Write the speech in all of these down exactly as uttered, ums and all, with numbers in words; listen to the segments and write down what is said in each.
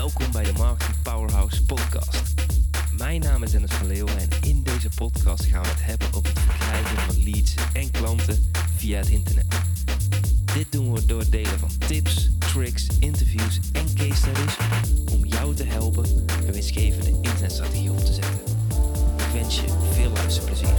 Welkom bij de Marketing Powerhouse podcast. Mijn naam is Dennis van Leeuwen en in deze podcast gaan we het hebben over het verkrijgen van leads en klanten via het internet. Dit doen we door het delen van tips, tricks, interviews en case studies om jou te helpen een winstgevende internetstrategie op te zetten. Ik wens je veel luisterplezier.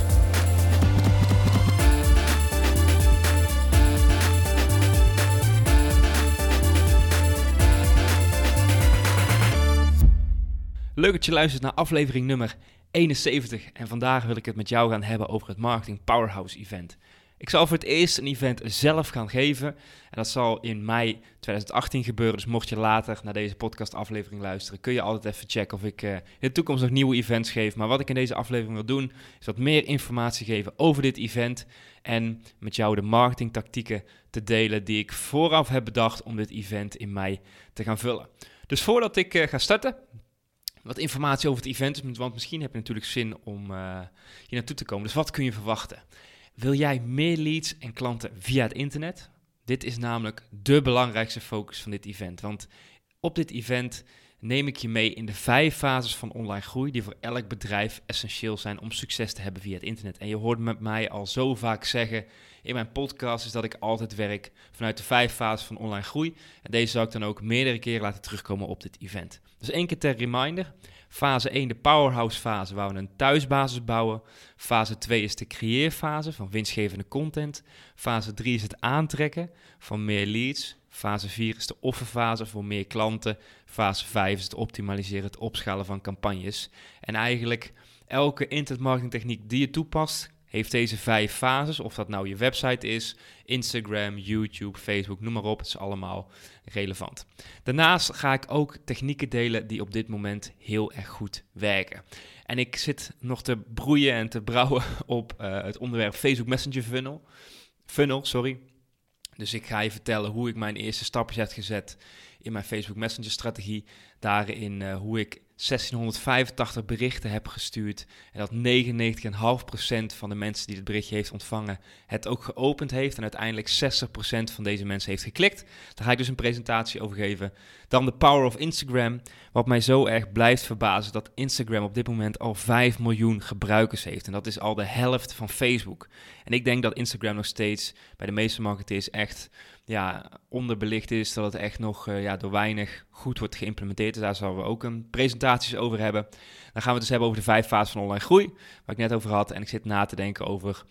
Leuk dat je luistert naar aflevering nummer eenenzeventig en vandaag wil ik het met jou gaan hebben over het Marketing Powerhouse event. Ik zal voor het eerst een event zelf gaan geven en dat zal in mei twintig achttien gebeuren, dus mocht je later naar deze podcast aflevering luisteren, kun je altijd even checken of ik uh, in de toekomst nog nieuwe events geef. Maar wat ik in deze aflevering wil doen, is wat meer informatie geven over dit event en met jou de marketingtactieken te delen die ik vooraf heb bedacht om dit event in mei te gaan vullen. Dus voordat ik uh, ga starten, wat informatie over het event, want misschien heb je natuurlijk zin om uh, hier naartoe te komen. Dus wat kun je verwachten? Wil jij meer leads en klanten via het internet? Dit is namelijk de belangrijkste focus van dit event. Want op dit event neem ik je mee in de vijf fases van online groei die voor elk bedrijf essentieel zijn om succes te hebben via het internet. En je hoort met mij al zo vaak zeggen in mijn podcast is dat ik altijd werk vanuit de vijf fases van online groei. En deze zal ik dan ook meerdere keren laten terugkomen op dit event. Dus één keer ter reminder. Fase één, de powerhouse fase, waar we een thuisbasis bouwen. Fase twee is de creëerfase van winstgevende content. Fase drie is het aantrekken van meer leads. Fase vier is de offerfase voor meer klanten. Fase vijf is het optimaliseren, het opschalen van campagnes. En eigenlijk elke internetmarketingtechniek die je toepast, heeft deze vijf fases, of dat nou je website is, Instagram, YouTube, Facebook, noem maar op, het is allemaal relevant. Daarnaast ga ik ook technieken delen die op dit moment heel erg goed werken. En ik zit nog te broeien en te brouwen op uh, het onderwerp Facebook Messenger Funnel. Funnel, sorry. Dus ik ga je vertellen hoe ik mijn eerste stapjes heb gezet in mijn Facebook Messenger strategie. Daarin uh, hoe ik zestienhonderdvijfentachtig berichten heb gestuurd en dat negenennegentig komma vijf procent van de mensen die het berichtje heeft ontvangen het ook geopend heeft en uiteindelijk zestig procent van deze mensen heeft geklikt. Daar ga ik dus een presentatie over geven. Dan de power of Instagram, wat mij zo erg blijft verbazen dat Instagram op dit moment al vijf miljoen gebruikers heeft en dat is al de helft van Facebook. En ik denk dat Instagram nog steeds bij de meeste marketeers echt ja, onderbelicht is, dat het echt nog uh, ja, door weinig goed wordt geïmplementeerd. Dus daar zullen we ook een presentaties over hebben. Dan gaan we het dus hebben over de vijf fases van online groei, waar ik net over had. En ik zit na te denken over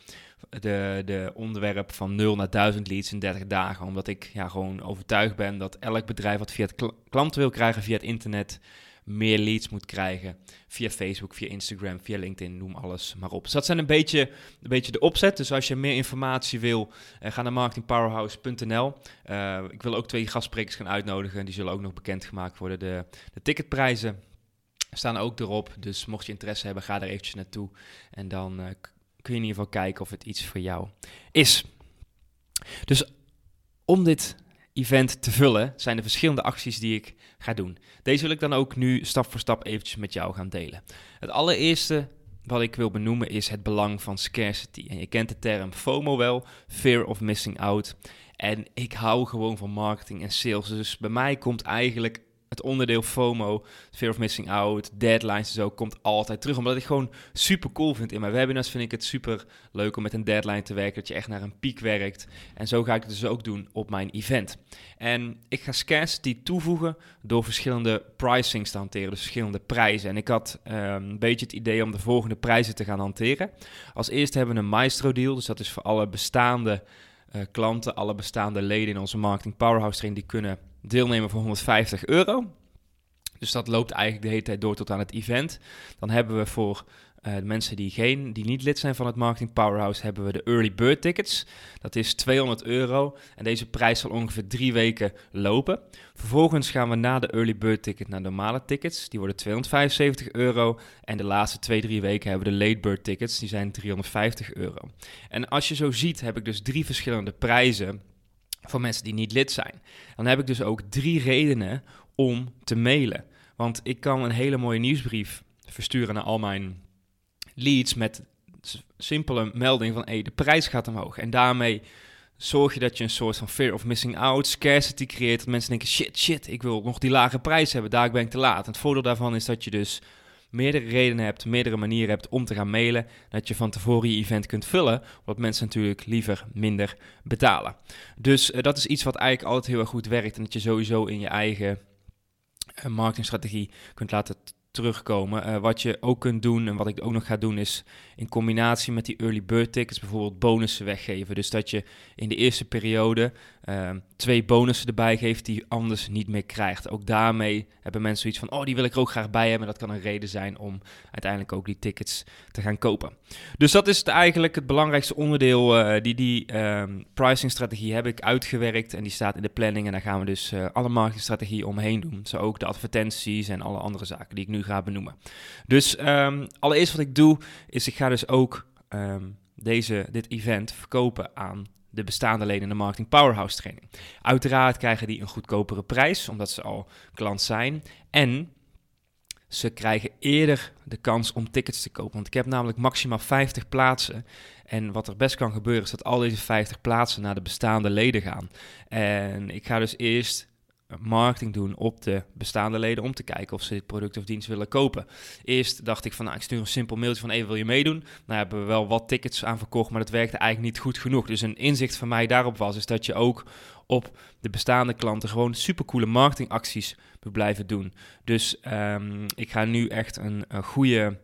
de, de onderwerp van nul naar duizend leads in dertig dagen. Omdat ik ja, gewoon overtuigd ben dat elk bedrijf wat via het kl- klanten wil krijgen via het internet, meer leads moet krijgen via Facebook, via Instagram, via LinkedIn, noem alles maar op. Dus dat zijn een beetje, een beetje de opzet. Dus als je meer informatie wil, uh, ga naar marketing powerhouse punt n l. Uh, ik wil ook twee gastsprekers gaan uitnodigen. Die zullen ook nog bekendgemaakt worden. De, de ticketprijzen staan ook erop. Dus mocht je interesse hebben, ga daar eventjes naartoe. En dan uh, kun je in ieder geval kijken of het iets voor jou is. Dus om dit event te vullen, zijn er verschillende acties die ik ga doen. Deze wil ik dan ook nu stap voor stap eventjes met jou gaan delen. Het allereerste wat ik wil benoemen is het belang van scarcity. En je kent de term FOMO wel, Fear of Missing Out. En ik hou gewoon van marketing en sales. Dus bij mij komt eigenlijk het onderdeel FOMO, Fear of Missing Out, deadlines en zo, komt altijd terug. Omdat ik gewoon super cool vind in mijn webinars. Vind ik het super leuk om met een deadline te werken, dat je echt naar een piek werkt. En zo ga ik het dus ook doen op mijn event. En ik ga scarcity toevoegen door verschillende pricings te hanteren, dus verschillende prijzen. En ik had um, een beetje het idee om de volgende prijzen te gaan hanteren. Als eerste hebben we een Maestro deal, dus dat is voor alle bestaande uh, klanten, alle bestaande leden in onze Marketing Powerhouse training, die kunnen deelnemen voor honderdvijftig euro. Dus dat loopt eigenlijk de hele tijd door tot aan het event. Dan hebben we voor uh, de mensen die, geen, die niet lid zijn van het Marketing Powerhouse, hebben we de Early Bird Tickets. Dat is tweehonderd euro en deze prijs zal ongeveer drie weken lopen. Vervolgens gaan we na de Early Bird Ticket naar normale tickets. Die worden tweehonderdvijfenzeventig euro. En de laatste twee, drie weken hebben we de Late Bird Tickets. Die zijn driehonderdvijftig euro. En als je zo ziet, heb ik dus drie verschillende prijzen voor mensen die niet lid zijn. Dan heb ik dus ook drie redenen om te mailen. Want ik kan een hele mooie nieuwsbrief versturen naar al mijn leads met simpele melding van hey, de prijs gaat omhoog. En daarmee zorg je dat je een soort van fear of missing out, scarcity creëert. Dat mensen denken, shit, shit, ik wil nog die lage prijs hebben, daar ben ik te laat. En het voordeel daarvan is dat je dus meerdere redenen hebt, meerdere manieren hebt om te gaan mailen. Dat je van tevoren je event kunt vullen, omdat mensen natuurlijk liever minder betalen. Dus uh, dat is iets wat eigenlijk altijd heel erg goed werkt en dat je sowieso in je eigen uh, marketingstrategie kunt laten t- terugkomen. Uh, wat je ook kunt doen en wat ik ook nog ga doen is in combinatie met die early bird tickets bijvoorbeeld bonussen weggeven. Dus dat je in de eerste periode uh, twee bonussen erbij geeft die je anders niet meer krijgt. Ook daarmee hebben mensen zoiets van, oh die wil ik er ook graag bij hebben. Dat kan een reden zijn om uiteindelijk ook die tickets te gaan kopen. Dus dat is het eigenlijk het belangrijkste onderdeel. Uh, die die um, pricing strategie heb ik uitgewerkt en die staat in de planning. En daar gaan we dus uh, alle marketingstrategie omheen doen. Zo ook de advertenties en alle andere zaken die ik nu ga benoemen. Dus um, allereerst wat ik doe is ik ga dus ook um, deze, dit event verkopen aan de bestaande leden in de Marketing Powerhouse training. Uiteraard krijgen die een goedkopere prijs, omdat ze al klant zijn. En ze krijgen eerder de kans om tickets te kopen. Want ik heb namelijk maximaal vijftig plaatsen. En wat er best kan gebeuren is dat al deze vijftig plaatsen naar de bestaande leden gaan. En ik ga dus eerst marketing doen op de bestaande leden om te kijken of ze dit product of dienst willen kopen. Eerst dacht ik van, nou, ik stuur een simpel mailtje van, hey, wil je meedoen? Nou hebben we wel wat tickets aan verkocht, maar dat werkte eigenlijk niet goed genoeg. Dus een inzicht van mij daarop was, is dat je ook op de bestaande klanten gewoon supercoole marketingacties moet blijven doen. Dus um, ik ga nu echt een, een goede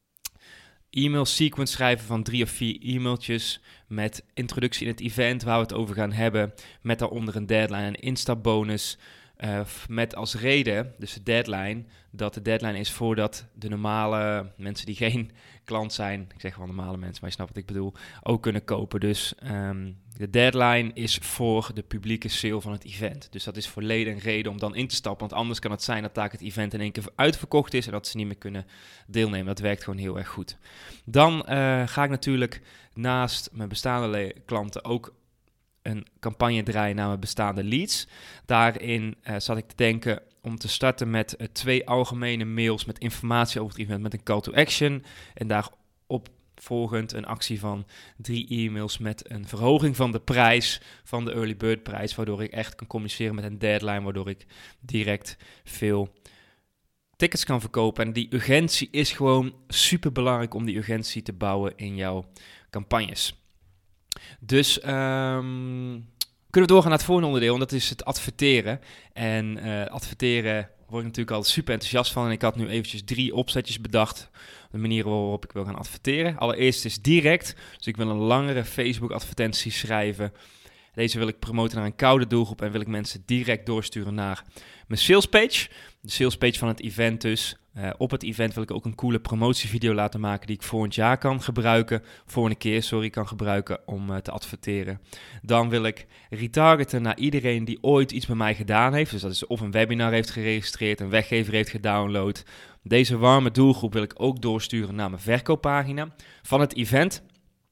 e-mail sequence schrijven van drie of vier e-mailtjes met introductie in het event waar we het over gaan hebben, met daaronder een deadline en instapbonus. Uh, met als reden, dus de deadline, dat de deadline is voordat de normale mensen die geen klant zijn, ik zeg wel normale mensen, maar je snapt wat ik bedoel, ook kunnen kopen. Dus um, de deadline is voor de publieke sale van het event. Dus dat is voor leden een reden om dan in te stappen, want anders kan het zijn dat taak het event in één keer uitverkocht is en dat ze niet meer kunnen deelnemen. Dat werkt gewoon heel erg goed. Dan uh, ga ik natuurlijk naast mijn bestaande le- klanten ook een campagne draaien naar mijn bestaande leads. Daarin uh, zat ik te denken om te starten met uh, twee algemene mails met informatie over het event met een call to action. En daarop volgend een actie van drie e-mails met een verhoging van de prijs van de early bird prijs, waardoor ik echt kan communiceren met een deadline, waardoor ik direct veel tickets kan verkopen. En die urgentie is gewoon super belangrijk om die urgentie te bouwen in jouw campagnes. Dus um, kunnen we doorgaan naar het volgende onderdeel, en dat is het adverteren. En uh, adverteren word ik natuurlijk al super enthousiast van. En ik had nu eventjes drie opzetjes bedacht, de manieren waarop ik wil gaan adverteren. Allereerst is direct, dus ik wil een langere Facebook-advertentie schrijven. Deze wil ik promoten naar een koude doelgroep en wil ik mensen direct doorsturen naar mijn salespage. De salespage van het event dus. Uh, op het event wil ik ook een coole promotievideo laten maken die ik volgend jaar kan gebruiken. Volgende keer, sorry, kan gebruiken om uh, te adverteren. Dan wil ik retargeten naar iedereen die ooit iets bij mij gedaan heeft. Dus dat is of een webinar heeft geregistreerd, een weggever heeft gedownload. Deze warme doelgroep wil ik ook doorsturen naar mijn verkooppagina van het event.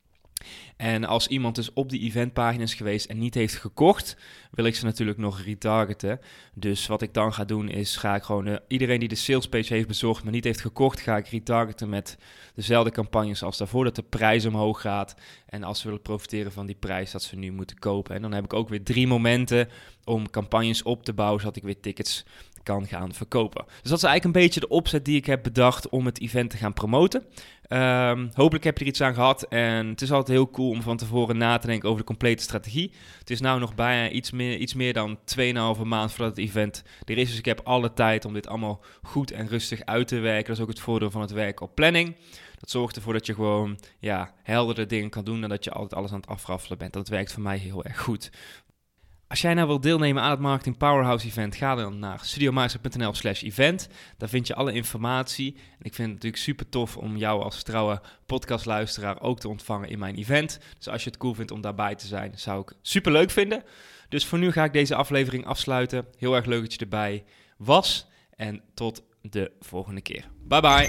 En als iemand dus op die eventpagina is geweest en niet heeft gekocht, wil ik ze natuurlijk nog retargeten. Dus wat ik dan ga doen is, ga ik gewoon uh, iedereen die de salespage heeft bezorgd, maar niet heeft gekocht, ga ik retargeten met dezelfde campagnes als daarvoor, dat de prijs omhoog gaat. En als ze willen profiteren van die prijs, dat ze nu moeten kopen. En dan heb ik ook weer drie momenten om campagnes op te bouwen, zodat ik weer tickets kan gaan verkopen. Dus dat is eigenlijk een beetje de opzet die ik heb bedacht om het event te gaan promoten. Um, hopelijk heb je er iets aan gehad en het is altijd heel cool om van tevoren na te denken over de complete strategie. Het is nou nog bijna iets meer, iets meer dan twee en een halve maand voordat het event er is, dus ik heb alle tijd om dit allemaal goed en rustig uit te werken. Dat is ook het voordeel van het werken op planning. Dat zorgt ervoor dat je gewoon ja, helderder dingen kan doen en dat je altijd alles aan het afraffelen bent. Dat werkt voor mij heel erg goed. Als jij nou wilt deelnemen aan het Marketing Powerhouse event, ga dan naar studiomeister.nl slash event. Daar vind je alle informatie. En ik vind het natuurlijk super tof om jou als trouwe podcastluisteraar ook te ontvangen in mijn event. Dus als je het cool vindt om daarbij te zijn, zou ik super leuk vinden. Dus voor nu ga ik deze aflevering afsluiten. Heel erg leuk dat je erbij was. En tot de volgende keer. Bye bye.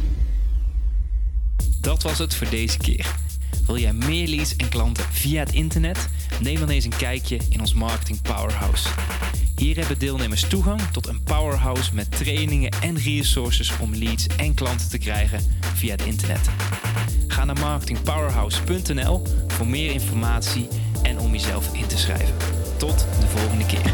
Dat was het voor deze keer. Wil jij meer leads en klanten via het internet? Neem dan eens een kijkje in ons Marketing Powerhouse. Hier hebben deelnemers toegang tot een powerhouse met trainingen en resources om leads en klanten te krijgen via het internet. Ga naar marketing powerhouse punt n l voor meer informatie en om jezelf in te schrijven. Tot de volgende keer.